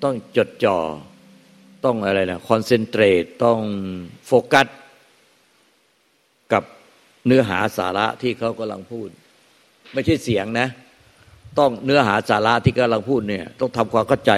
ต้องจดจ่อต้องอะไรนะคอนเซนเทรตต้องโฟกัสกับเนื้อหาสาระที่เขากำลังพูดไม่ใช่เสียงนะต้องเนื้อหาสาระที่กำลังพูดเนี่ยต้องทำความเข้าใจ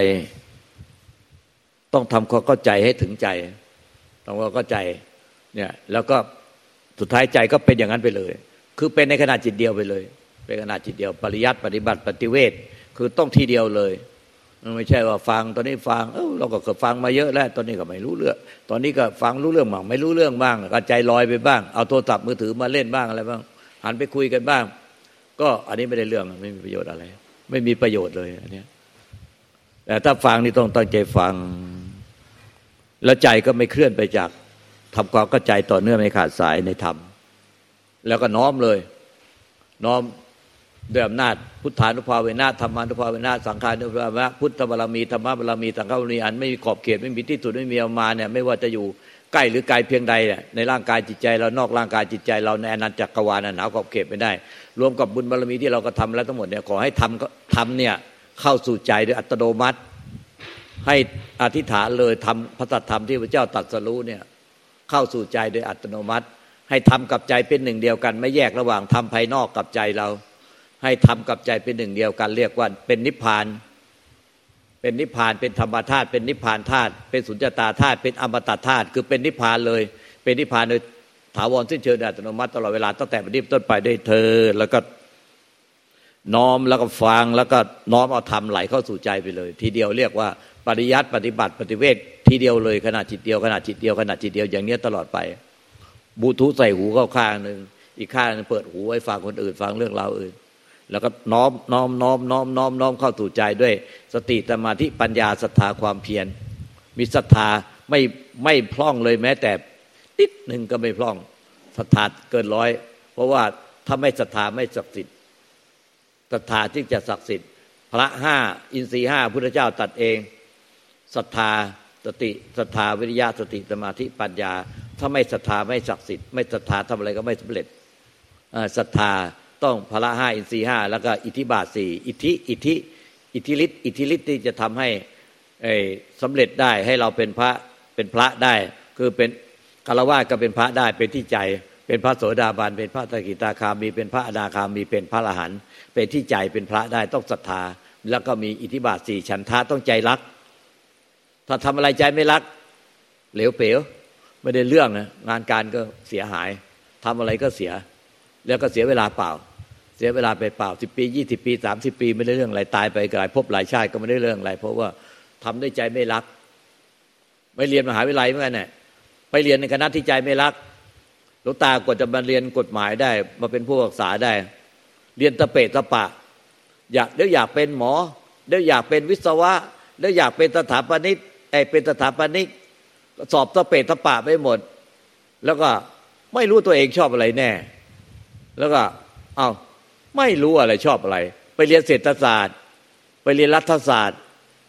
ต้องทำความเข้าใจให้ถึงใจทำความเข้าใจเนี่ยแล้วก็สุดท้ายใจก็เป็นอย่างนั้นไปเลยคือเป็นในขณะจิตเดียวไปเลยเป็นขณะจิตเดียวปริยัติปฏิบัติปฏิเวทคือต้องทีเดียวเลยไม่ใช่ว่าฟังตอนนี้ฟังเราก็เคยฟังมาเยอะแล้วตอนนี้ก็ไม่รู้เรื่องตอนนี้ก็ฟังรู้เรื่องบ้างไม่รู้เรื่องบ้างก็ใจลอยไปบ้างเอาโทรศัพท์มือถือมาเล่นบ้างอะไรบ้างหันไปคุยกันบ้างก็อันนี้ไม่ได้เรื่องไม่มีประโยชน์อะไรไม่มีประโยชน์เลยอันนี้แต่ถ้าฟังนี่ต้องตั้งใจฟังแล้วใจก็ไม่เคลื่อนไปจากทำความเข้าใจต่อเนื่องไม่ขาดสายในธรรมแล้วก็น้อมเลยน้อมด้วยอำนาจพุทธานุภาเวนะธรรมานุภาเวนะสังฆานุภาเวนะพุทธบารมีธรรมบารมีสังฆบารมีอันไม่มีขอบเขตไม่มีที่สุดไม่มีประมาณเนี่ยไม่ว่าจะอยู่ใกล้หรือไกลเพียงใดเนี่ยในร่างกายจิตใจเรานอกร่างกายจิตใจเราในอนันตจักรวาลหนาขอบเขตไม่ได้รวมกับบุญบารมีที่เราก็ทำแล้วทั้งหมดเนี่ยขอให้ทำเนี่ยเข้าสู่ใจโดยอัตโนมัติให้อธิษฐานเลยทำพระสัทธรรมที่พระเจ้าตรัสรู้เนี่ยเข้าสู่ใจโดยอัตโนมัติให้ทำกับใจเป็นหนึ่งเดียวกันไม่แยกระหว่างทำภายนอกกับใจเราให้ทำกับใจเป็นหนึ่งเดียวกันเรียกว่าเป็นนิพพานเป็นนิพพานเป็นธรรมธาตุเป็นนิพพานธาตุเป็นสุญญตาธาตุเป็นอมตะธาตุคือเป็นนิพพานเลยเป็นนิพพานโดยถาวรสิ้นเชิงอัตโนมัติตลอดเวลาตั้งแต่บัดนี้ต้นไปได้เธอแล้วก็น้อมแล้วก็ฟังแล้วก็น้อมเอาธรรมไหลเข้าสู่ใจไปเลยทีเดียวเรียกว่าปริยัติปฏิบัติปฏิเวททีเดียวเลยขณะจิตเดียวขณะจิตเดียวขณะจิตเดียวอย่างนี้ตลอดไปบลูทูธใส่หูเข้าข้างนึงอีกข้างนึงเปิดหูไว้ฟังคนอื่นฟังเรื่องราวอื่นแล้วก็น้อมเข้าสู่ใจด้วยสติสมาธิปัญญาศรัทธาความเพียรมีศรัทธาไม่พร่องเลยแม้แต่นิดนึงก็ไม่พร่องศรัทธาเกินร้อยเพราะว่าถ้าไม่ศรัทธาไม่ศักดิ์สิทธิ์ศรัทธาจึงจะศักดิ์สิทธิ์พระห้าอินทรีย์ห้าพุทธเจ้าตรัสเองศรัทธาสติศรัทธาวิริยะสติสมาธิปัญญาถ้าไม่ศรัทธาไม่ศักดิ์สิทธิ์ไม่ศรัทธาทำอะไรก็ไม่สำเร็จศรัทธาต้องพละห้าอินทรีย์ห้าแล้วก็อิทธิบาทสี่อิทธิฤทธิ์ที่จะทำให้สำเร็จได้ให้เราเป็นพระได้คือเป็นฆราวาสก็เป็นพระได้เป็นที่ใจเป็นพระโสดาบันเป็นพระสกิทาคามีเป็นพระอนาคามีเป็นพระอรหันต์เป็นที่ใจเป็นพระได้ต้องศรัทธาแล้วก็มีอิทธิบาทสี่ฉันทะต้องใจรักถ้าทำอะไรใจไม่รักเหลวเป๋วไม่ได้เรื่องนะงานการก็เสียหายทำอะไรก็เสียแล้วก็เสียเวลาเปล่าเสียเวลาไปเปล่า10ปี20ปี30ปีไม่ได้เรื่องอะไรตายไปหลายภพหลายชาติก็ไม่ได้เรื่องอะไรเพราะว่าทำด้วยใจไม่รักไม่เรียนมหาวิทยาลัยเหมือนกันเนี่ยไปเรียนในคณะที่ใจไม่รักหลวงตากว่าจะมาเรียนกฎหมายได้มาเป็นผู้รักษาได้เรียนตะเปะตะปะเดี๋ยวอยากเป็นหมอเดี๋ยวอยากเป็นวิศวะเดี๋ยวอยากเป็นสถาปนิกเป็นสถาปนิกสอบตะเปะตะปะไปหมดแล้วก็ไม่รู้ตัวเองชอบอะไรแน่แล้วก็ไม่รู้อะไรชอบอะไรไปเรียนเศรษฐศาสตร์ไปเรียนรัฐศาสตร์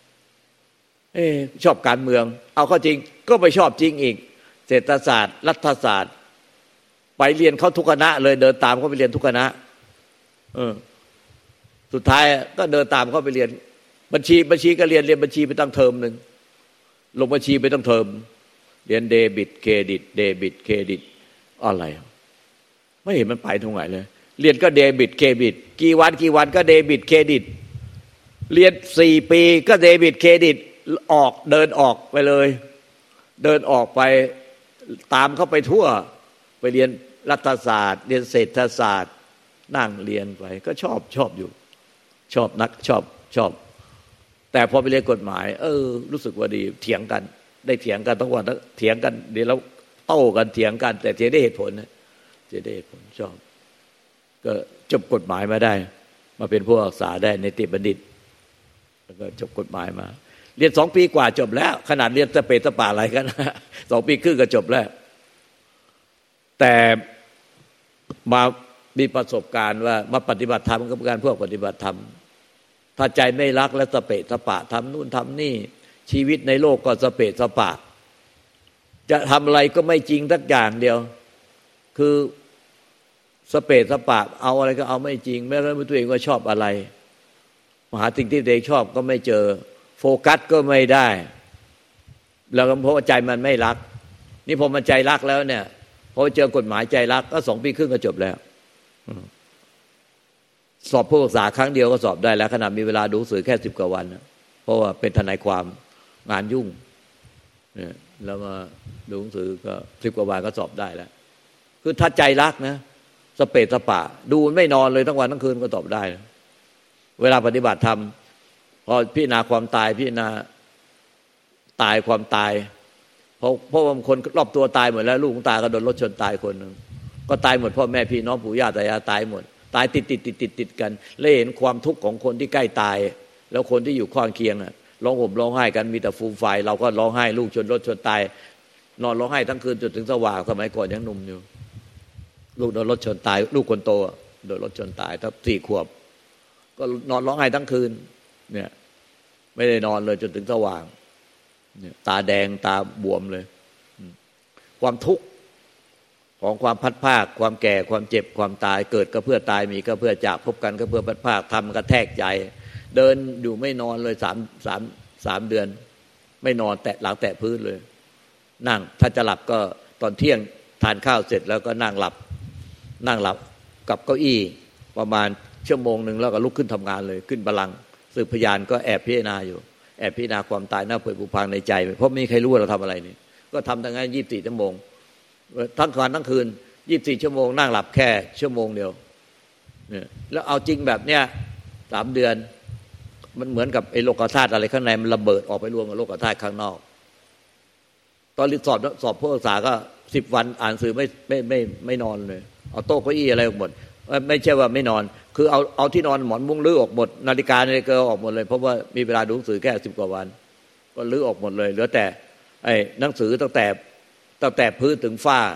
ชอบการเมืองเอาเข้าจริงก็ไปชอบจริงอีกเศรษฐศาสตร์รัฐศาสตร์ไปเรียนเขาทุกคณะเลยเดินตามเขาไปเรียนทุกคณะสุดท้ายก็เดินตามเขาไปเรียนบัญชีก็เรียนบัญชีไปตั้งเทอมนึงลงบัญชีไปตั้งเทอมเรียนเดบิตเครดิตอะไรไม่เห็นมันไปตรงไหนเลยเรียนก็เดบิตเครดิตกี่วันก็เดบิตเครดิตเรียน4ปีก็เดบิตเครดิตเดินออกไปเลยเดินออกไปตามเขาไปทั่วไปเรียนรัฐศาสตร์เรียนเศรษฐศาสตร์นั่งเรียนไปก็ชอบอยู่ชอบแต่พอไปเรียนกฎหมายรู้สึกว่าดีเถียงกันได้เถียงกันทั้งวันเถียงกันเดี๋ยวเราโต้กันเถียงกันแต่เถียงได้เหตุผลนะจะได้เหตุผลชอบก็จบกฎหมายมาได้มาเป็นผู้รักษาได้ในติบัณฑิตแล้วก็จบกฎหมายมาเรียน2 ปีกว่าจบแล้วขนาดเรียนตะเปตะป่าอะไรกัน2 ปีครึ่งก็จบแล้วแต่มามีประสบการณ์ว่ามาปฏิบัติธรรมกับการพวกปฏิบัติธรรมถ้าใจไม่รักและตะเปตะป่าทำนู่นทำนี่ชีวิตในโลกก็สเปะสปะจะทำอะไรก็ไม่จริงสักอย่างเดียวคือสเปะสปะเอาอะไรก็เอาไม่จริงแม้กระทั่งตัวเองว่าชอบอะไรหาสิ่งที่ตัวเองชอบก็ไม่เจอโฟกัสก็ไม่ได้แล้วก็เพราะว่าใจมันไม่รักนี่พอมันใจรักแล้วเนี่ยพอเจอกฎหมายใจรักก็2 ปีครึ่งก็จบแล้วสอบผู้ปรึกษาครั้งเดียวก็สอบได้แล้วขนาดมีเวลาดูหนังสือแค่10 กว่าวันเพราะว่าเป็นทนายความงานยุ่งเนี่ยแล้วมาดูหนังสือก็10 กว่าวันก็สอบได้แล้วคือถ้าใจรักนะสเปซสปะดูไม่นอนเลยทั้งวันทั้งคืนก็ตอบได้เวลาปฏิบัติธรรมพอพิจารณาความตายพิจารณาตายความตายเพราะว่าคนรอบตัวตายหมดแล้วลูกของตาก็โดนรถชนตายคนนึงก็ตายหมดพ่อแม่พี่น้องปู่ย่าตายายตายหมดตายติดกันแล้วเห็นความทุกข์ของคนที่ใกล้ตายแล้วคนที่อยู่ข้างเคียงร้องห่มร้องไห้กันมีแต่ฟูมไฟเราก็ร้องไห้ลูกชนรถชนตายนอนร้องไห้ทั้งคืนจนถึงสว่างสมัยก่อนยังหนุ่มอยู่ลูกโดนรถชนตายลูกคนโตโดนรถชนตายตั้ง4 ขวบก็นอนร้องไห้ทั้งคืนเนี่ยไม่ได้นอนเลยจนถึงสว่างเนี่ยตาแดงตาบวมเลยความทุกข์ของความพัดภาคความแก่ความเจ็บความตายเกิดก็เพื่อตายมีก็เพื่อจากพบกันก็เพื่อพัดภาคทำกระแทกใจเดินอยู่ไม่นอนเลย3 เดือนไม่นอนแตะหลังแตะพื้นเลยนั่งถ้าจะหลับก็ตอนเที่ยงทานข้าวเสร็จแล้วก็นั่งหลับกับเก้าอี้ประมาณ1 ชั่วโมงแล้วก็ลุกขึ้นทำงานเลยขึ้นบัลลังก์สืบพยานก็แอบพิจารณาอยู่แอบพิจารณาความตายหน้าเปื่อยผุพังในใจเพราะไม่มีใครรู้ว่าเราทำอะไรนี่ก็ทำทั้งนั้น24 ชั่วโมงทั้งวันทั้งคืน24 ชั่วโมงนั่งหลับแค่ชั่วโมงเดียวเนี่ยแล้วเอาจริงแบบเนี้ย3 เดือนมันเหมือนกับไอ้โลกธาตุอะไรข้างในมันระเบิดออกไปรวมกับโลกธาตุข้างนอกตอนสอบผู้ศึกษาก็10 วันอ่านสื่อไม่นอนเลยเอาโต๊ะเก้าอี้อะไรออกหมดไม่ใช่ว่าไม่นอนคือเอาที่นอนหมอนมุ้งลื้อออกหมดนาฬิกาออกหมดเลยเพราะว่ามีเวลาดูหนังสือแค่10 กว่าวันก็ลื้อออกหมดเลยเหลือแต่ไอ้หนังสือตั้งแต่พื้นถึงฝ้า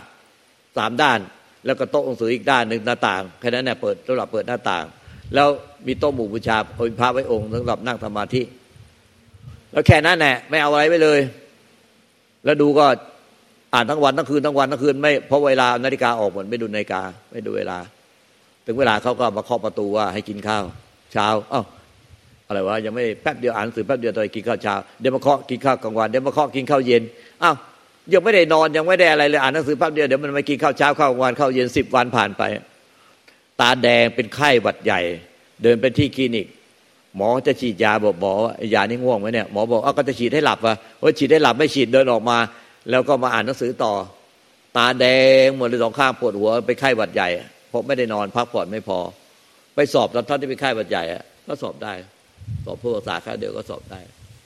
3 ด้านแล้วก็โต๊ะหนังสืออีกด้านนึงหน้าต่างแค่นั้นแหละเปิดสำหรับเปิดหน้าต่างแล้วมีโต๊ะหมู่บูชาองค์พระไว้องค์สำหรับนั่งสมาธิแล้วแค่นั้นแหละไม่เอาอะไรไว้เลยแล้วดูก็อ่านทั้งวันทั้งคืนไม่เพราะเวลานาฬิกาออกหมดไม่ดูนาฬิกาไม่ดูเวลาถึงเวลาเขาก็มาเคาะประตูว่าให้กินข้าวเช้าอะไรวะยังไม่แป๊บเดียวอ่านหนังสือแป๊บเดียวตอนกินข้าวเช้าเดี๋ยวมาเคาะกินข้าวกลางวันเดี๋ยวมาเคาะกินข้าวเย็นยังไม่ได้นอนยังไม่ได้อะไรเลยอ่านหนังสือแป๊บเดียวเดี๋ยวมันมากินข้าวเช้าข้าวกลางวันข้าวเย็น10 วันผ่านไปตาแดงเป็นไข้หวัดใหญ่เดินไปที่คลินิกหมอจะฉีดยาบอกยานี่ง่วงไหมเนี่ยหมอบอกก็จะฉีดให้หลับฉีดให้หลับไม่ฉีดเดินออกมาแล้วก็มาอ่านหนังสือต่อตาแดงหมดเลย2 ข้างปวดหัวไปไข้หวัดใหญ่เพราะไม่ได้นอนพักผ่อนไม่พอไปสอบตอนท่านที่เป็นไข้หวัดใหญ่ก็สอบได้สอบผู้ศึกษาแค่เดียวก็สอบได้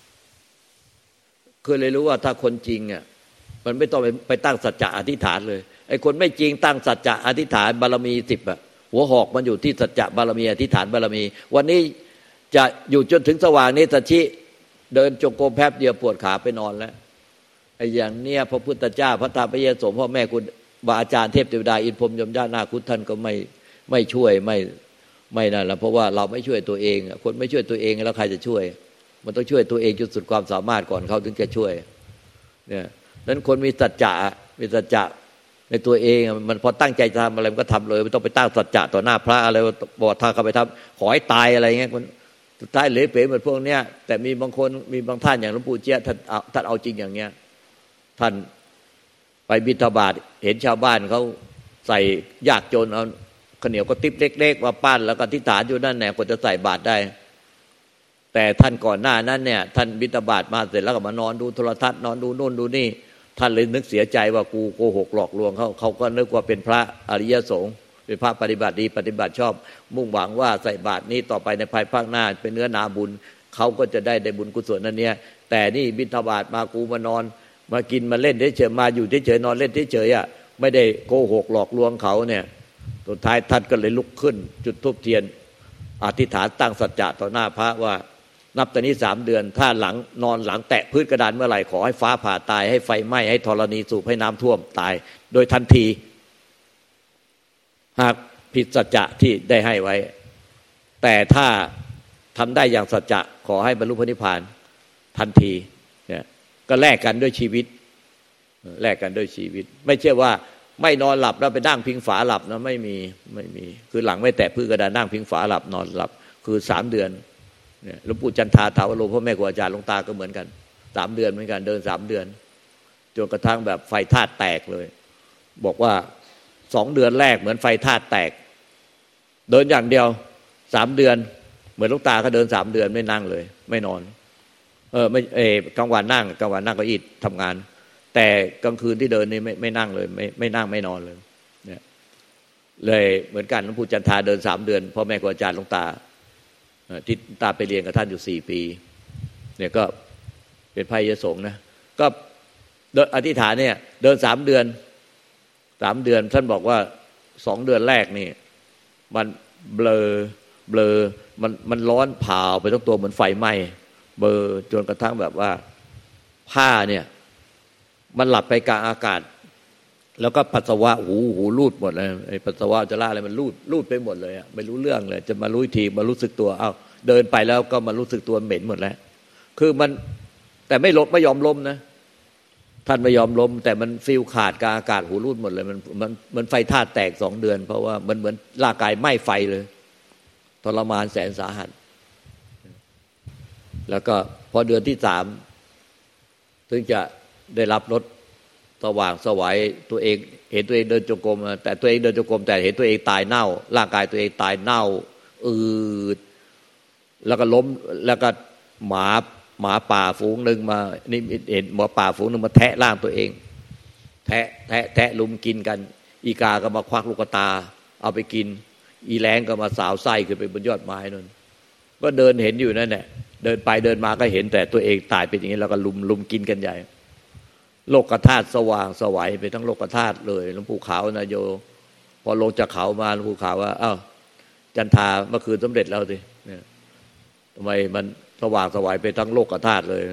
คือเลยรู้ว่าถ้าคนจริงมันไม่ต้องไปตั้งสัจจะอธิษฐานเลยไอ้คนไม่จริงตั้งสัจจะอธิษฐานบารมี10หัวหอกมันอยู่ที่สัจจะบารมีอธิษฐานบารมีวันนี้จะอยู่จนถึงสว่างนี้ตะชิเดินจงกรมแป๊บเดียวปวดขาไปนอนแล้วไอ้อย่างเนี้ยพระพุทธเจ้าพระธรรมพระเยซูพ่อแม่คุณบาอาจารย์เทพเทวดาอินพรหมยมญาตินาคุท่านก็ไม่ช่วยไม่นั่นแหละเพราะว่าเราไม่ช่วยตัวเองคนไม่ช่วยตัวเองแล้วใครจะช่วยมันต้องช่วยตัวเองจนสุดความสามารถก่อนเขาถึงจะช่วยเนี่ยนั้นคนมีสัจจะในตัวเองมันพอตั้งใจจะทำอะไรมันก็ทำเลยไม่ต้องไปตั้งสัจจะต่อหน้าพระอะไรบอกทางเขาไปทำขอให้ตายอะไรเงี้ยมันสุดท้ายเหลวเป๋เหมือนพวกเนี้ยแต่มีบางคนมีบางท่านอย่างหลวงปู่เจี๊ยบท่านเอาจริงอย่างเงี้ยท่านไปบิณฑบาตเห็นชาวบ้านเขาใส่ยากจนเอาข้าวเหนียวก็ติ๊บเล็กๆมาปั้นแล้วก็ทิฏฐานอยู่นั่นแหละกว่าจะใส่บาตรได้แต่ท่านก่อนหน้านั้นเนี่ยท่านบิณฑบาตมาเสร็จแล้วก็มานอนดูโทรทัศน์นอนดูโน่นดูนี่ท่านเลยนึกเสียใจว่ากูโกหกหลอกลวงเขาก็นึกว่าเป็นพระอริยสงฆ์เป็นพระปฏิบัติดีปฏิบัติชอบมุ่งหวังว่าใส่บาตรนี้ต่อไปในภายภาคหน้าเป็นเนื้อนาบุญเขาก็จะได้บุญกุศลนั่นเนี่ยแต่นี่บิณฑบาตมากูมานอนมากินมาเล่นเฉยๆมาอยู่เฉยๆนอนเล่นเฉยๆไม่ได้โกหกหลอกลวงเขาเนี่ยสุดท้ายท่านก็เลยลุกขึ้นจุดธูปเทียนอธิษฐานตั้งสัจจะต่อหน้าพระว่านับแต่นี้3 เดือนถ้านอนหลังแตะพื้นกระดานเมื่อไหร่ขอให้ฟ้าผ่าตายให้ไฟไหม้ให้ธรณีสูบให้น้ำท่วมตายโดยทันทีหากผิดสัจจะที่ได้ให้ไว้แต่ถ้าทำได้อย่างสัจจะขอให้บรรลุพระนิพพานทันทีเนี่ยก็แลกกันด้วยชีวิตไม่ใช่ว่าไม่นอนหลับแล้วไปนั่งพิงฝาหลับนะไม่มีคือหลังไม่แตะพื้นกระดานนั่งพิงฝาหลับนอนหลับคือ3 เดือนเนี่ยหลวงปู่จันทาถาวโรพ่อแม่ครูอาจารย์หลวงตาก็เหมือนกัน3 เดือนเหมือนกันเดิน3 เดือนจนกระทั่งแบบไฟธาตุแตกเลยบอกว่า2 เดือนแรกเหมือนไฟธาตุแตกเดินอย่างเดียว3 เดือนเหมือนหลวงตาก็เดิน3 เดือนไม่นั่งเลยไม่นอนไม่กลางวันนั่งกลางวันนั่งก็อิดทำงานแต่กลางคืนที่เดินนี่ไม่นั่งเลยไม่นั่งไม่นอนเลยเนี่ยเลยเหมือนกันหลวงปู่จันทาเดิน3 เดือนพ่อแม่ครูอาจารย์หลวงตาที่ตาไปเรียนกับท่านอยู่4 ปีเนี่ยก็เป็นพระยสงฆ์นะก็อธิษฐานเนี่ยเดิน3 เดือนท่านบอกว่า2 เดือนแรกนี่มันเบลอมันร้อนเผาไปทั้งตัวเหมือนไฟไหม้เบลอจนกระทั่งแบบว่าผ้าเนี่ยมันหลับไปกลางอากาศแล้วก็ปัสสาวะหูรูดหมดเลยไอ้ปัสสาวะจะล่าอะไรมันรูดไปหมดเลยอ่ะไม่รู้เรื่องเลยจะมารู้ทีมารู้สึกตัวเอ้าเดินไปแล้วก็มารู้สึกตัวเหม็นหมดแล้วคือมันแต่ไม่ยอมล้มนะท่านไม่ยอมล้มแต่มันฟีลขาดกลางอากาศหูรูดหมดเลยมันไฟธาตุแตก2 เดือนเพราะว่ามันเหมือนร่างกายไหม้ไฟเลยทรมานแสนสาหัสแล้วก็พอเดือนที่3ถึงจะได้รับรสสว่างสวัยตัวเองเห็นตัวเองเดินจงกรมแต่ตัวเองเดินจงกรมแต่เห็นตัวเองตายเน่าร่างกายตัวเองตายเน่าดแล้วก็ล้มแล้วก็หมาป่าฝูงนึงมานี่เห็นหมาป่าฝูงนึงมาแทะร่างตัวเองแทะลุมกินกันอีกาก็มาควักลูกตาเอาไปกินอีแรงก็มาสาวไส้ขึ้นไปบนยอดไม้นั่นก็เดินเห็นอยู่นั่นแหละเดินไปเดินมาก็เห็นแต่ตัวเองตายเป็นอย่างนี้แล้วก็ลุมกินกันใหญ่โลกธาตุสว่างสวัยไปทั้งโลกธาตุเลยหลวงปู่ขาวนะโยพอลงจากเขามาหลวงปู่ขาวว่าอ้าวจันทาเมื่อคืนสำเร็จแล้วสิเนี่ยทำไมมันสว่างสวัยไปทั้งโลกธาตุเลย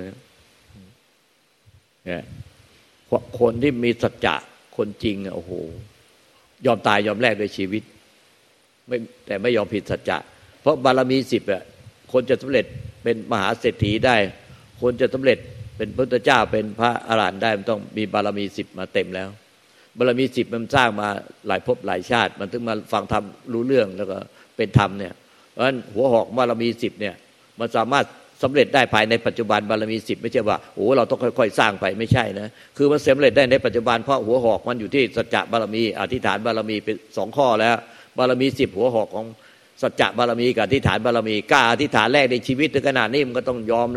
เนี่ยคนที่มีสัจจะคนจริงโอ้โหยอมตายยอมแลกด้วยชีวิตแต่ไม่ยอมผิดสัจจะเพราะบารมี10อ่ะคนจะสำเร็จเป็นมหาเศรษฐีได้คนจะสำเร็จเป็นพระพุทธเจ้าเป็นพระอรหันต์ได้มันต้องมีบารมี10มาเต็มแล้วบารมี10มันสร้างมาหลายภพหลายชาติมันถึงมาฟังธรรมรู้เรื่องแล้วก็เป็นธรรมเนี่ยเพราะฉะนั้นหัวหอกบารมี10เนี่ยมันสามารถสำเร็จได้ภายในปัจจุบันบารมี10ไม่ใช่ว่าโอ้เราต้องค่อยๆสร้างไปไม่ใช่นะคือมันสำเร็จได้ในปัจจุบันเพราะหัวหอกมันอยู่ที่สัจจะบารมีอธิษฐานบารมีเป็น2 ข้อแล้วบารมี10หัวหอกของสัจจะบารมีกับอธิษฐานบารมีกล้าอธิษฐานแรกในชีวิตถึงขนาดนี้มันก็ต้องยอม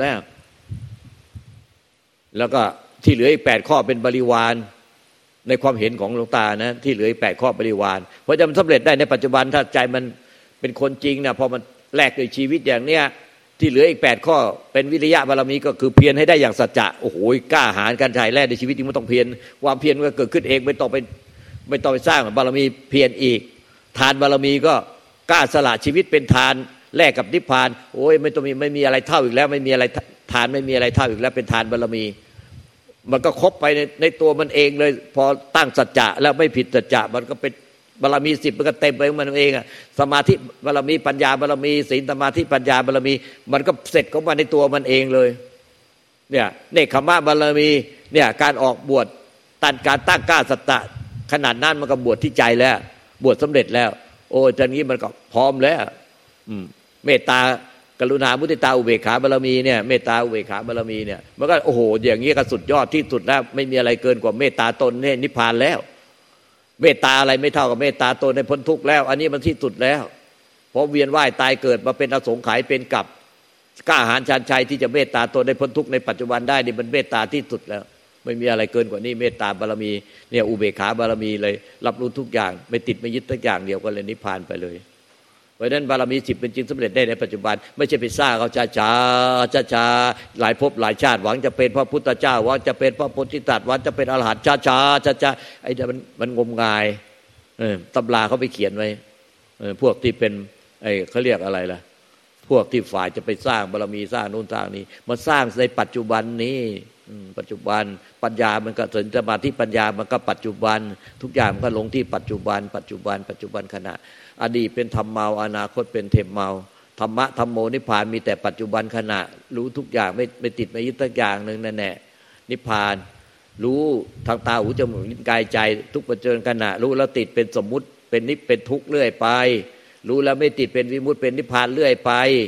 แล้วก็ที่เหลืออีก8 ข้อเป็นบริวารในความเห็นของหลวงตานะที่เหลืออีก8 ข้อบริวารเพราะจะมันสำเร็จได้ในปัจจุบันถ้าใจมันเป็นคนจริงนะพอมันแลกด้วยชีวิตอย่างเนี้ยที่เหลืออีก8 ข้อเป็นวิริยะบารมีก็คือเพียรให้ได้อย่างสัจจะโอ้โหกล้าหาญกันใจแลกในชีวิตจริงมันต้องเพียรความเพียรมันก็เกิดขึ้นเองไม่ต้องไปสร้างบารมีเพียรอีกทานบารมีก็กล้าสละชีวิตเป็นทานแลกกับนิพพานโอ้ยไม่มีอะไรเท่าอีกแล้วไม่มีอะไรทานไม่มีอะไรเท่าอีกแล้วเป็นทานบารมีมันก็ครบไปในตัวมันเองเลยพอตั้งสัจจะแล้วไม่ผิดสัจจะมันก็เป็นบารมี10มันก็เต็มไปมันเองอ่ะสมาธิบารมีปัญญาบารมีศีลสมาธิปัญญาบารมีมันก็เสร็จของมันในตัวมันเองเลยเนี่ยเนกขมะบารมีเนี่ยการออกบวชการตั้งกล้าสัจจะขนาดนั้นมันก็บวชที่ใจแล้วบวชสำเร็จแล้วโอ้จังนี้มันก็พร้อมแล้วเมตตากรุณามุทิตาอุเบกขาบารมีเนี่ยเมตตาอุเบกขาบารมีเนี่ยมันก็โอ้โหอย่างนี้ก็สุดยอดที่สุดแล้วไม่มีอะไรเกินกว่าเมตตาตนเนี่ยนิพพานแล้วเมตตาอะไรไม่เท่ากับเมตตาตนในพ้นทุกข์แล้วอันนี้มันที่สุดแล้วเพราะเวียนว่ายตายเกิดมาเป็นอสงไขยเป็นกับกล้าหาญชาญชัยที่จะเมตตาตนในพ้นทุกข์ในปัจจุบันได้นี่มันเมตตาที่สุดแล้วไม่มีอะไรเกินกว่านี้เมตตาบารมีเนี่ยอุเบกขาบารมีเลยรับรู้ทุกอย่างไม่ติดไม่ยึดทุกอย่างเดียวก็เลยนิพพานไปเลยเพราะฉะนั้นบารมี10เป็นจริงสำเร็จได้ในปัจจุบันไม่ใช่ไปสร้างเอาช้าหลายภพหลายชาติหวังจะเป็นพระพุทธเจ้าหวังจะเป็นพระโพธิสัตว์หวังจะเป็นอรหันต์ช้าไอ้มันงมงายตำราเขาไปเขียนไว้พวกที่เป็นเขาเรียกอะไรล่ะพวกที่ฝ่ายจะไปสร้างบารมีสร้างนู่นสร้างนี้มาสร้างในปัจจุบันนี้ปัจจุบันปัญญามันก็สมาธิปัญญามันก็ปัจจุบันทุกอย่างมันก็ลงที่ปัจจุบันขณะอดีตเป็นธรรมเมาอนาคตเป็นเทมเมาธรรมะธรรมโมนิพพานมีแต่ปัจจุบันขณะรู้ทุกอย่างไม่ติดไม่ยึดสักอย่างนึงนั่นแหละนิพพานรู้ทางตาหูจมูกลิ้นกายใจทุกปัจจุบันขณะรู้แล้วติดเป็นสมมุติเป็นนิพเป็นทุกข์เรื่อยไปรู้แล้วไม่ติดเป็นวิมุตติเป็นนิพพานเรื่อยไป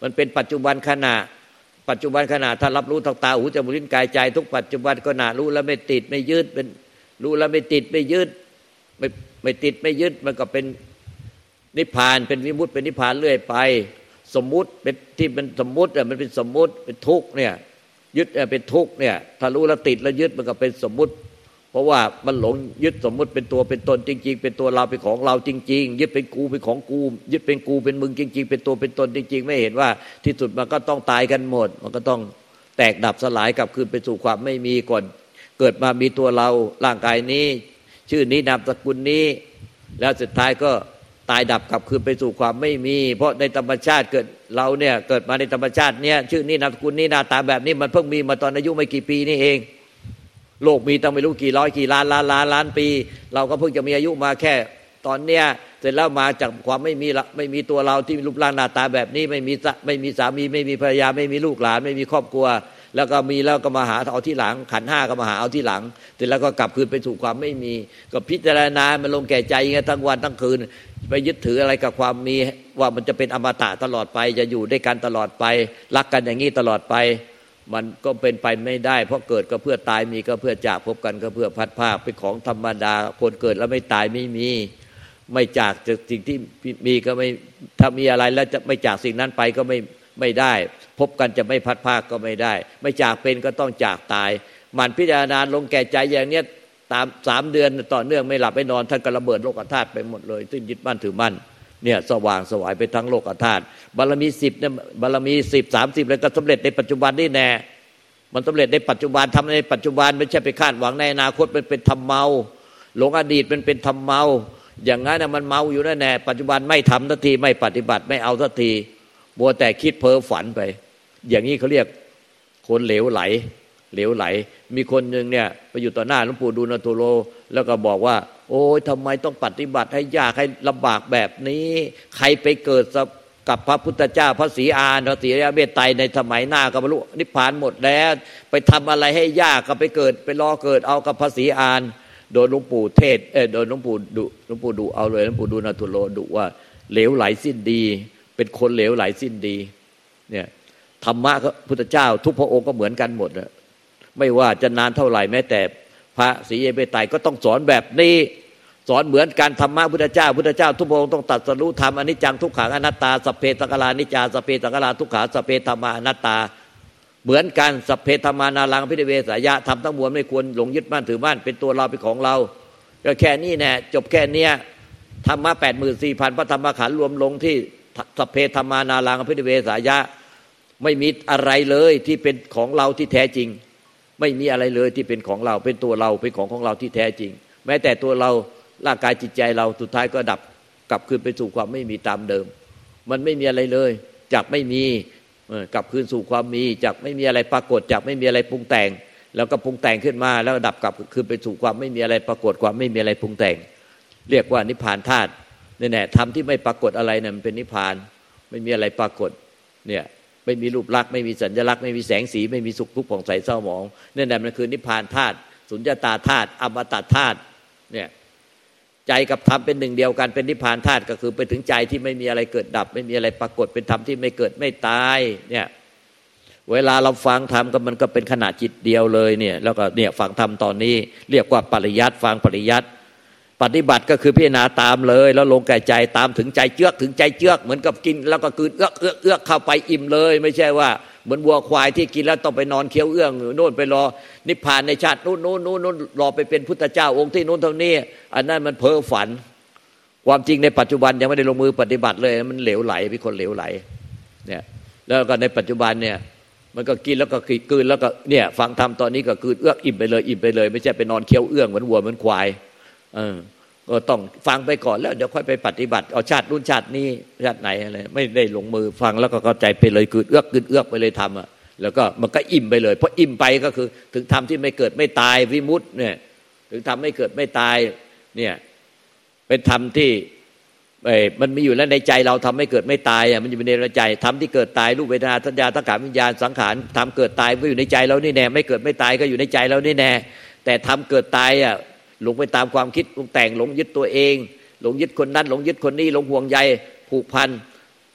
มันเป็นปัจจุบันขณะปัจจุบันขณะถ้ารับรู้ทางตาหูจมูกลิ้นกายใจทุกปัจจุบันขณะรู้แล้วไม่ติดไม่ยึดเป็นรู้แล้วไม่ติดไม่ยึดไม่ติดไม่ยึดมันก็เป็นนิพพานเป็นวิมุตติเป็นนิพพานเรื่อยไปสมมุติเป็นที่เป็นสมมุติมันเป็นสมมุติเป็นทุกข์เนี่ยยึดเป็นทุกข์เนี่ยถ้ารู้แล้วติดแล้วยึดมันก็เป็นสมมุติเพราะว่ามันหลงยึดสมมุติเป็นตัวเป็นตนจริงๆเป็นตัวเราเป็นของเราจริงๆยึดเป็นกูเป็นของกูยึดเป็นกูเป็นมึงจริงๆเป็นตัวเป็นตนจริงๆไม่เห็นว่าที่สุดมันก็ต้องตายกันหมดมันก็ต้องแตกดับสลายกลับคืนไปสู่ความไม่มีก่อนเกิดมามีตัวเราร่างกายนี้ชื่อนี้นามสกุลนี้แล้วสุดท้ายก็ตายดับกลับคืนไปสู่ความไม่มีเพราะในธรรมชาติเกิดเราเนี่ยเกิดมาในธรรมชาติเนี้ยชื่อนี้นามสกุลนี้หน้าตาแบบนี้มันเพิ่งมีมาตอนอายุไม่กี่ปีนี่เองโลกมีตั้งไม่รู้กี่ร้อยกี่ล้านปีเราก็เพิ่งจะมีอายุมาแค่ตอนเนี้ยเสร็จแล้วมาจากความไม่มีตัวเราที่มีรูปร่างหน้าตาแบบนี้ไม่มีสามีไม่มีภรรยาไม่มีลูกหลานไม่มีครอบครัวแล้วก็มีแล้วก็มาหาเอาที่หลังขันธ์ห้าก็มาหาเอาที่หลังเสร็จแล้วก็กลับคืนไปสู่ความไม่มีก็พิจารณามันลงแก่ใจไงทั้งวันทั้งคืนไปยึดถืออะไรกับความมีว่ามันจะเป็นอมตะตลอดไปจะอยู่ด้วยกันตลอดไปรักกันอย่างนี้ตลอดไปมันก็เป็นไปไม่ได้เพราะเกิดก็เพื่อตายมีก็เพื่อจากพบกันก็เพื่อพัดภาคเป็นของธรรมดาคนเกิดแล้วไม่ตายไม่มีไม่จากสิ่งที่มีก็ไม่ถ้ามีอะไรแล้วจะไม่จากสิ่งนั้นไปก็ไม่ได้พบกันจะไม่พัดภาคก็ไม่ได้ไม่จากเป็นก็ต้องจากตายมันพิจารณาลงแก่ใจอย่างเนี้ยตาม3 เดือนต่อเนื่องไม่หลับไม่นอนท่านก็ระเบิดโลกธาตุไปหมดเลยซึ่งยึดมั่นถือมั่นเนี่ยสว่างสวายไปทั้งโลกธาตุบารมี10เนี่ยบารมี10 30แล้วก็สำเร็จในปัจจุบันนี่แน่มันสำเร็จในปัจจุบันทำในปัจจุบันไม่ใช่ไปคาดหวังในอนาคตมันเป็นธรรมเมาหลงอดีตมันเป็นธรรมเมาอย่างนั้นน่ะมันเมาอยู่นั่นแน่ปัจจุบันไม่ทำสักทีไม่ปฏิบัติไม่เอาสักทีมัวแต่คิดเพ้อฝันไปอย่างนี้เขาเรียกคนเหลวไหลมีคนหนึ่งเนี่ยไปอยู่ต่อหน้าหลวงปู่ดูลตุโลแล้วก็บอกว่าโอ้ยทำไมต้องปฏิบัติให้ยากให้ลำบากแบบนี้ใครไปเกิดกับพระพุทธเจ้าพระศรีอานพระศรีอริยเมตไตรในสมัยหน้าก็บรรลุนิพพานหมดแล้วไปทำอะไรให้ยากก็ไปเกิดไปรอเกิดเอากับพระศรีอานโดนหลวงปู่เทศโดนหลวงปู่ดุเอาเลยหลวงปู่ดูลตุโลดุว่าเหลวไหลสิ้นดีเป็นคนเหลวไหลสิ้นดีเนี่ยธรรมะพุทธเจ้าทุกพระองค์ก็เหมือนกันหมดนะไม่ว่าจะนานเท่าไหร่แม้แต่พระศรีอริยเมตไตรก็ต้องสอนแบบนี้สอนเหมือนกันธรรมะพุทธเจ้าทุกพระองค์ต้องตรัสรู้ธรรมอนิจจังทุกขังอนัตตาสัพเพสังขารานิจจาสัพเพสังขาราทุกขาสัพเพธัมมาอนัตตาเหมือนกันสัพเพธัมมานารังภิเวสายะธรรมทั้งมวลไม่ควรหลงยึดมั่นถือมั่นเป็นตัวเราเป็นของเราก็แค่นี้แน่จบแค่เนี้ยธรรมะ 84,000 พระธรรมขันธ์รวมลงที่สัพเพธัมมานารังภิเวสายะไม่มีอะไรเลยที่เป็นของเราที่แท้จริงไม่มีอะไรเลยที่เป็นของเราเป็นตัวเราเป็นของเราที่แท้จริงแม้แต่ตัวเราร่างกายจิตใจเราสุดท้ายก็ดับกลับคืนไปสู่ความไม่มีตามเดิมมันไม่มีอะไรเลยจากไม่มีกลับคืนสู่ความมีจากไม่มีอะไรปรากฏจากไม่มีอะไรปรุงแต่งแล้วก็ปรุงแต่งขึ้นมาแล้วดับกลับคืนไปสู่ความไม่มีอะไรปรากฏความไม่มีอะไรปรุงแต่งเรียกว่านิพพานธาตุนี่แหละธรรมที่ไม่ปรากฏอะไรเนี่ยมันเป็นนิพพานไม่มีอะไรปรากฏเนี่ยไม่มีรูปลักษณ์ไม่มีสัญลักษณ์ไม่มีแสงสีไม่มีสุขทุกข์ผ่องใสเศร้าหมองนั่นแหละมันคือนิพพานธาตุสุญญตาธาตุอมตะธาตุเนี่ยใจกับธรรมเป็นหนึ่งเดียวกันเป็นนิพพานธาตุก็คือไปถึงใจที่ไม่มีอะไรเกิดดับไม่มีอะไรปรากฏเป็นธรรมที่ไม่เกิดไม่ตายเนี่ยเวลาเราฟังธรรมก็มันก็เป็นขณะจิตเดียวเลยเนี่ยแล้วก็เนี่ยฟังธรรมตอนนี้เรียกว่าปริยัติฟังปริยัติปฏิบัติก็คือพิจารณาตามเลยแล้วลงแก่ใจตามถึงใจเจือกถึงใจเจือกเหมือนกับกินแล้วก็กลืนเอื้อกเข้าไปอิ่มเลยไม่ใช่ว่าเหมือนวัวควายที่กินแล้วต้องไปนอนเคี้ยวเอื้องโน่นไปรอนิพพานในชาตินู้นรอไปเป็นพุทธเจ้าองค์ที่นู้นเท่านี้อันนั้นมันเพ้อฝันความจริงในปัจจุบันยังไม่ได้ลงมือปฏิบัติเลยมันเหลวไหลเป็นคนเหลวไหลเนี่ยแล้วก็ในปัจจุบันเนี่ยมันก็กินแล้วก็กลืนแล้วก็เนี่ยฟังธรรมตอนนี้ก็กลืนเอื้อกอิ่มไปเลยไม่ใช่ไปนอนเคี้ยวเอื้องเหมือนวัวเหมือนควายก็ต้องฟังไปก่อนแล้วเดี๋ยวค่อยไปปฏิบัติเอาชาตินู้นชาตินี้ชาติไหนอะไรไม่ได้ลงมือฟังแล้วก็เข้าใจไปเลยกลืนเอื้อกไปเลยทำแล้วก็มันก็อิ่มไปเลยเพราะอิ่มไปก็คือถึงธรรมที่ไม่เกิดไม่ตายวิมุตติเนี่ยถึงธรรมไม่เกิดไม่ตายเนี่ยเป็นธรรมที่มันมีอยู่แล้วในใจเราทำไม่เกิดไม่ตายมันอยู่ในใจธรรมที่เกิดตายรูปเวทนาสัญญาสังขารวิญญาณสังขารธรรมเกิดตายก็อยู่ในใจเรานี่แน่ไม่เกิดไม่ตายก็อยู่ในใจเรานี่แน่แต่ธรรมเกิดตายหลงไปตามความคิดปรุงแต่งหลงยึดตัวเองหลงยึดคนนั้นหลงยึดคนนี้หลงห่วงใยผูกพัน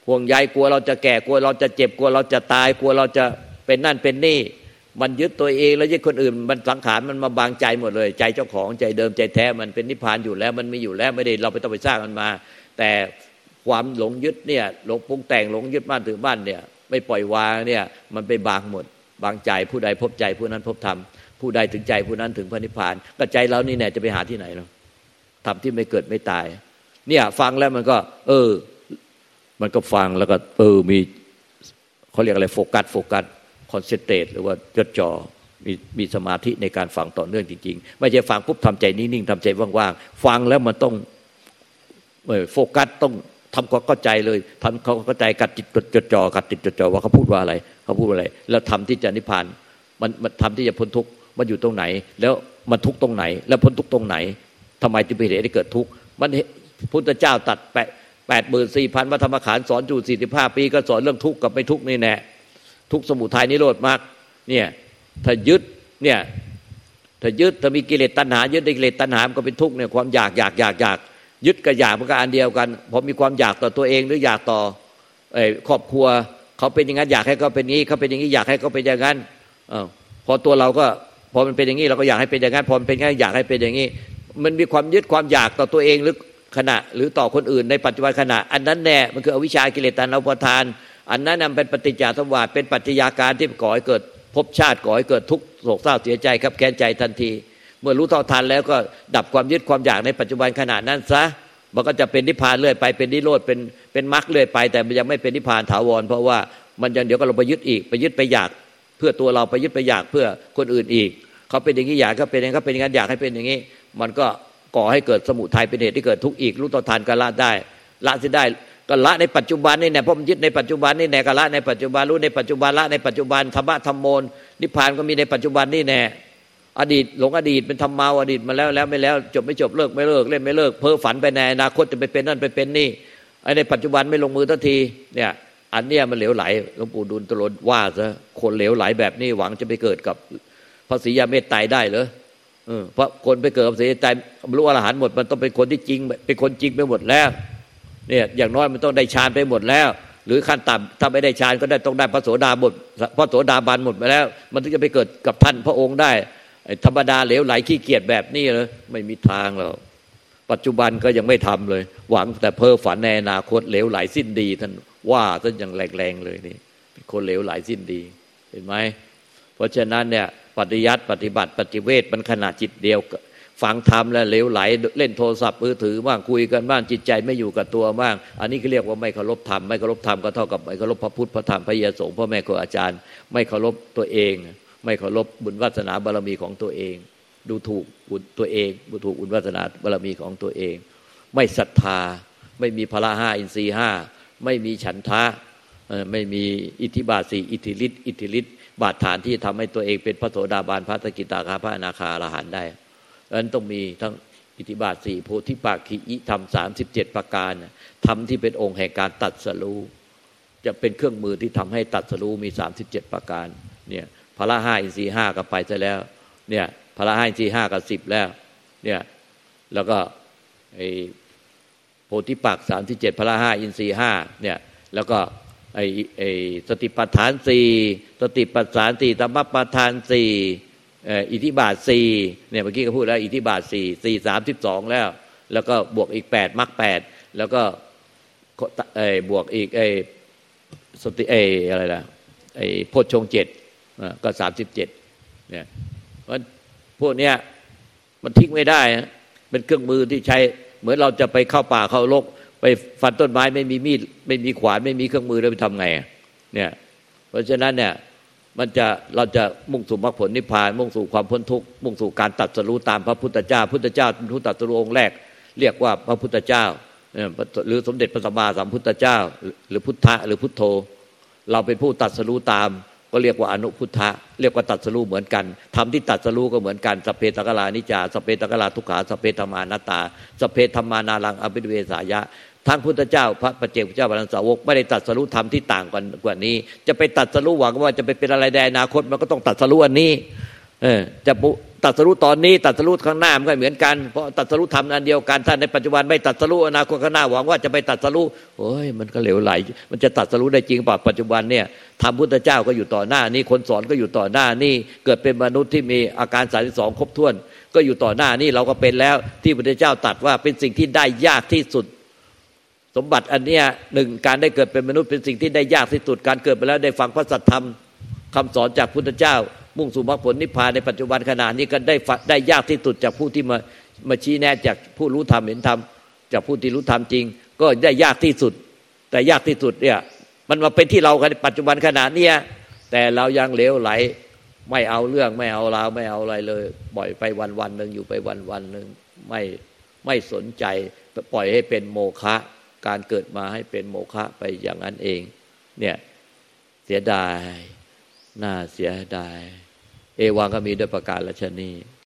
ห่วงใยกลัวเราจะแก่กลัวเราจะเจ็บกลัวเราจะตายกลัวเราจะเป็นนั่นเป็นนี่มันยึดตัวเองแล้วยึดคนอื่นมันสังขารมันมาบังใจหมดเลยใจเจ้าของใจเดิมใจแท้มันเป็นนิพพานอยู่แล้วมันมีอยู่แล้วไม่ได้เราไปต้องไปสร้างมันมาแต่ความหลงยึดเนี่ยหลงปรุงแต่งหลงยึดบ้านถือบ้านเนี่ยไม่ปล่อยวางเนี่ยมันไปบางหมดบางใจผู้ใดพบใจผู้นั้นพบธรรมผู้ใดถึงใจผู้นั้นถึงพระนิพพานก็ใจเรานี่แน่จะไปหาที่ไหนเนาะธรรมที่ไม่เกิดไม่ตายเนี่ยฟังแล้วมันก็มันก็ฟังแล้วก็มีเขาเรียกอะไรโฟกัสคอนเซนเทรตหรือว่าจดจ่อมีสมาธิในการฟังต่อเนื่องจริงๆไม่ใช่ฟังปุ๊บทำใจนิ่งๆทำใจว่างๆฟังแล้วมันต้องโฟกัสต้องทำความเข้าใจเลยทำความเข้าใจกัดจิตจดจ่อกัดจิตจดจ่อว่าเขาพูดว่าอะไรแล้วทำที่จะนิพพานมันทำที่จะพ้นทุกข์มันอยู่ตรงไหนแล้วมันทุกข์ตรงไหนแล้วพ้นทุกข์ตรงไหนทำไมจึงเป็นเหตุให้เกิดทุกข์มันพุทธเจ้าตัด84,000 วัฏธรรมขันธ์สอนอยู่45 ปีก็สอนเรื่องทุกข์กับไม่ทุกข์นี่แน่ทุกข์สมุทัยนิโรธมรรคเนี่ยถ้ายึดเนี่ยถ้ามีกิเลสตัณหายึดในกิเลสตัณหามันก็เป็นทุกข์เนี่ยความอยากยึดกับอยากมันก็อันเดียวกันพอมีความอยากต่อตัวเองหรืออยากต่อครอบครัวเขาเป็นอย่างนั้นอยากให้เขาเป็นนี้เขาเป็นอย่างนี้อยากให้เขาเป็นอย่างนั้นพอตัวเราก็พอมันเป็นอย่างนี้เราก็อยากให้เป็นอย่างนั้นพอมันเป็นอย่างนั้นอยากให้เป็นอย่างนี้มันมีความยึดความอยากต่อตัวเองหรือขณะหรือต่อคนอื่นในปัจจุบันขณะอันนั้นแน่มันคืออวิชชากิเลสตัณหาอุปาทานอันนั้นเป็นปฏิจจสมุปบาทเป็นปัจจัยการที่ก่อให้เกิดภพชาติก่อให้เกิดทุกข์โศกเศร้าเสียใจครับแค้นใจทันทีเมื่อรู้เท่าทันแล้วก็ดับความยึดความอยากในปัจจุบันขณะนั้นซะมันก็จะเป็นนิพพานเรื่อยไปเป็นนิโรธเป็นมรรคเรื่อยไปแต่มันยังไม่เป็นนิพพานถาวรเพราะว่ามันยังเดี๋ยวก็เราไปยึดอีกไปยึดไปอยากเพื่อตัวเราไปยึดไปอยากเพื่อคนอื่นอีกเขาเป็นอย่างนี้อยากเขาเป็นอย่างนั้นเขาเป็นอย่างนั้นอยากให้เป็นอย่างนี้มันก็ก่อให้เกิดสมุทัยเป็นเหตุที่เกิดทุกข์อีกรู้เท่าทันก็ละได้ละเสียได้ก็ละในปัจจุบันนี่แน่เพราะมันยึดในปัจจุบันนี่แน่ก็ละในปัจจุบันรู้ในปัจจุบันละในปัจจุบันธรรมะธรรมโมนิพพานก็มีในปัจจุบันนี่แน่อดีตหลงอดีตเป็นธรรมเมาอดีตมาแล้วไม่แล้วจบไม่จบเลิกไม่เลิกเล่นไม่เลิกเพ้อฝันไปในอนาคตจะไปเป็นนั่นไปเป็นนี่ไอ้ในปัจจุบันไม่ลงมือทันทีเนี่ยอันเนี้ยมันเหลวไหลหลวงปู่ดูลตรนว่าซะคนเหลวไหลแบบนี้หวังจะไปเกิดกับพระศรียาเมตไตรได้เหรอเพราะคนไปเกิดกับศรียาเมตไตรบรรลุอรหันต์หมดมันต้องเป็นคนที่จริงเป็นคนจริงไปหมดแล้วเนี่ยอย่างน้อยมันต้องได้ฌานไปหมดแล้วหรือขั้นต่ำถ้าไม่ได้ฌานก็ได้ต้องได้พระโสดาบันหมดไปแล้วมันถึงจะไปเกิดกับท่านพระองค์ได้ธรรมดาเหลวไหลขี้เกียจแบบนี้เลยไม่มีทางหรอกปัจจุบันก็ยังไม่ทำเลยหวังแต่เพ้อฝันในอนาคตเหลวไหลสิ้นดีท่านว่าซะอย่างแรงๆเลยนี่เป็นคนเหลวไหลสิ้นดีเห็นไหมเพราะฉะนั้นเนี่ยปฏิยัติปฏิบัติปฏิเวทมันขณะจิตเดียวฟังธรรมแล้วเหลวไหลเล่นโทรศัพท์มือถือบ้างคุยกันบ้างจิตใจไม่อยู่กับตัวบ้างอันนี้ก็เรียกว่าไม่เคารพธรรมไม่เคารพธรรมก็เท่ากับไม่เคารพพระพุทธพระธรรมพระยาสงฆ์พ่อแม่ครูอาจารย์ไม่เคารพตัวเองไม่เคารพบุญวาสนาบารมีของตัวเองดูถูกบุญตัวเองดูถูกบุญวาสนาบารมีของตัวเองไม่ศรัทธาไม่มีพละห้าอินทรีย์ห้าไม่มีฉันทะไม่มีอิทธิบาท4อิทธิฤทธิ์บาทฐานที่ทำให้ตัวเองเป็นพระโสดาบันพระสกิทาคาพระอนาคาอรหันต์ได้ดังนั้นต้องมีทั้งอิทธิบาท4โพธิปักขิยธรรม37ประการธรรมที่เป็นองค์แห่งการตรัสรู้จะเป็นเครื่องมือที่ทำให้ตรัสรู้มี37ประการเนี่ยพละห้าอินทรีย์ห้าก็ไปซะแล้วเนี่ยพละห้าอินทรีย์ห้ากับ10แล้วเนี่ยแล้วก็ไอ้โพธิปัก37พละห้าอินทรีย์ห้าเนี่ยแล้วก็ไอ้สติปัฏฐาน4สติปัฏฐาน4ธรรมปัฏฐาน4อิทธิบาท4เนี่ยเมื่อกี้ก็พูดแล้วอิทธิบาท4 32แล้วก็บวกอีก8มรรค8แล้วก็บวกอีกสติอะไรล่ะโพชฌงค์7ก็37เนี่ยเพราะพวกเนี้ยมันทิ้งไม่ได้เป็นเครื่องมือที่ใช้เหมือนเราจะไปเข้าป่าเข้ารกไปฟันต้นไม้ไม่มีมีดไม่มีขวานไม่มีเครื่องมือเราไปทำไงเนี่ยเพราะฉะนั้นเนี่ยเราจะมุ่งสู่มรรคผลนิพพานมุ่งสู่ความพ้นทุกข์มุ่งสู่การตรัสรู้ตามพระพุทธเจ้าพุทธเจ้าเป็นผู้ตรัสรู้องค์แรกเรียกว่าพระพุทธเจ้าหรือสมเด็จพระสัมมาสัมพุทธเจ้าหรือพุทธะหรือพุทโธเราเป็นผู้ตรัสรู้ตามก็เรียกว่าอนุพุทธะเรียกว่าตรัสรู้เหมือนกันธรรมที่ตรัสรู้ก็เหมือนกันสัพเพสังขารานิจจาสัพเพสังขาราทุกขาสัพเพธัมมานัตตาสัพเพธัมมานารังอภิเวสายะทั้งพุทธเจ้าพระปัจเจกพุทธเจ้าพระสาวกไม่ได้ตรัสรู้ธรรมที่ต่างกันกว่านี้จะไปตรัสรู้หวังว่าจะไปเป็นอะไรในอนาคตมันก็ต้องตรัสรู้อันนี้จะตรัสรู้ตอนนี้ตรัสรู้ข้างหน้ามันก็เหมือนกันเพราะตรัสรู้ธรรมอันเดียวกันถ้าในปัจจุบันไม่ตรัสรู้อนาคตข้างหน้าหวังว่าจะไปตรัสรู้โอ้ยมันก็เหลวไหลมันจะตรัสรู้ได้จริงป่ะปัจจุบันเนี่ยธรรมพุทธเจ้าก็อยู่ต่อหน้านี่คนสอนก็อยู่ต่อหน้านี่เกิดเป็นมนุษย์ที่มีอาการ32ครบถ้วนก็อยู่ต่อหน้านี่เราก็เป็นแล้วที่พระพุทธเจ้าตรัสว่าเป็นสิ่งที่ได้ยากที่สุดสมบัติอันเนี้ยหนึ่งการได้เกิดเป็นมนุษย์เป็นสิ่งที่ได้ยากที่สุดการเกิดไปแล้วได้ฟังพระสัทธรรมคำสอนจากพุทธเจ้ามุ่งสู่มรรคผลนิพพานในปัจจุบันขณะนี้ก็ได้ยากที่สุดจากผู้ที่มาชี้แนะจากผู้รู้ธรรมเห็นธรรมจากผู้ที่รู้ธรรมจริงก็ได้ยากที่สุดแต่ยากที่สุดเนี่ยมันมาเป็นที่เราในปัจจุบันขณะนี้แต่เรายังเหลวไหลไม่เอาเรื่องไม่เอาราวไม่เอาอะไรเลยปล่อยไปวันๆนึงอยู่ไปวันๆนึงไม่สนใจปล่อยให้เป็นโมฆะการเกิดมาให้เป็นโมฆะไปอย่างนั้นเองเนี่ยเสียดายน่าเสียดายเอวังก็มีด้วยประการฉะนี้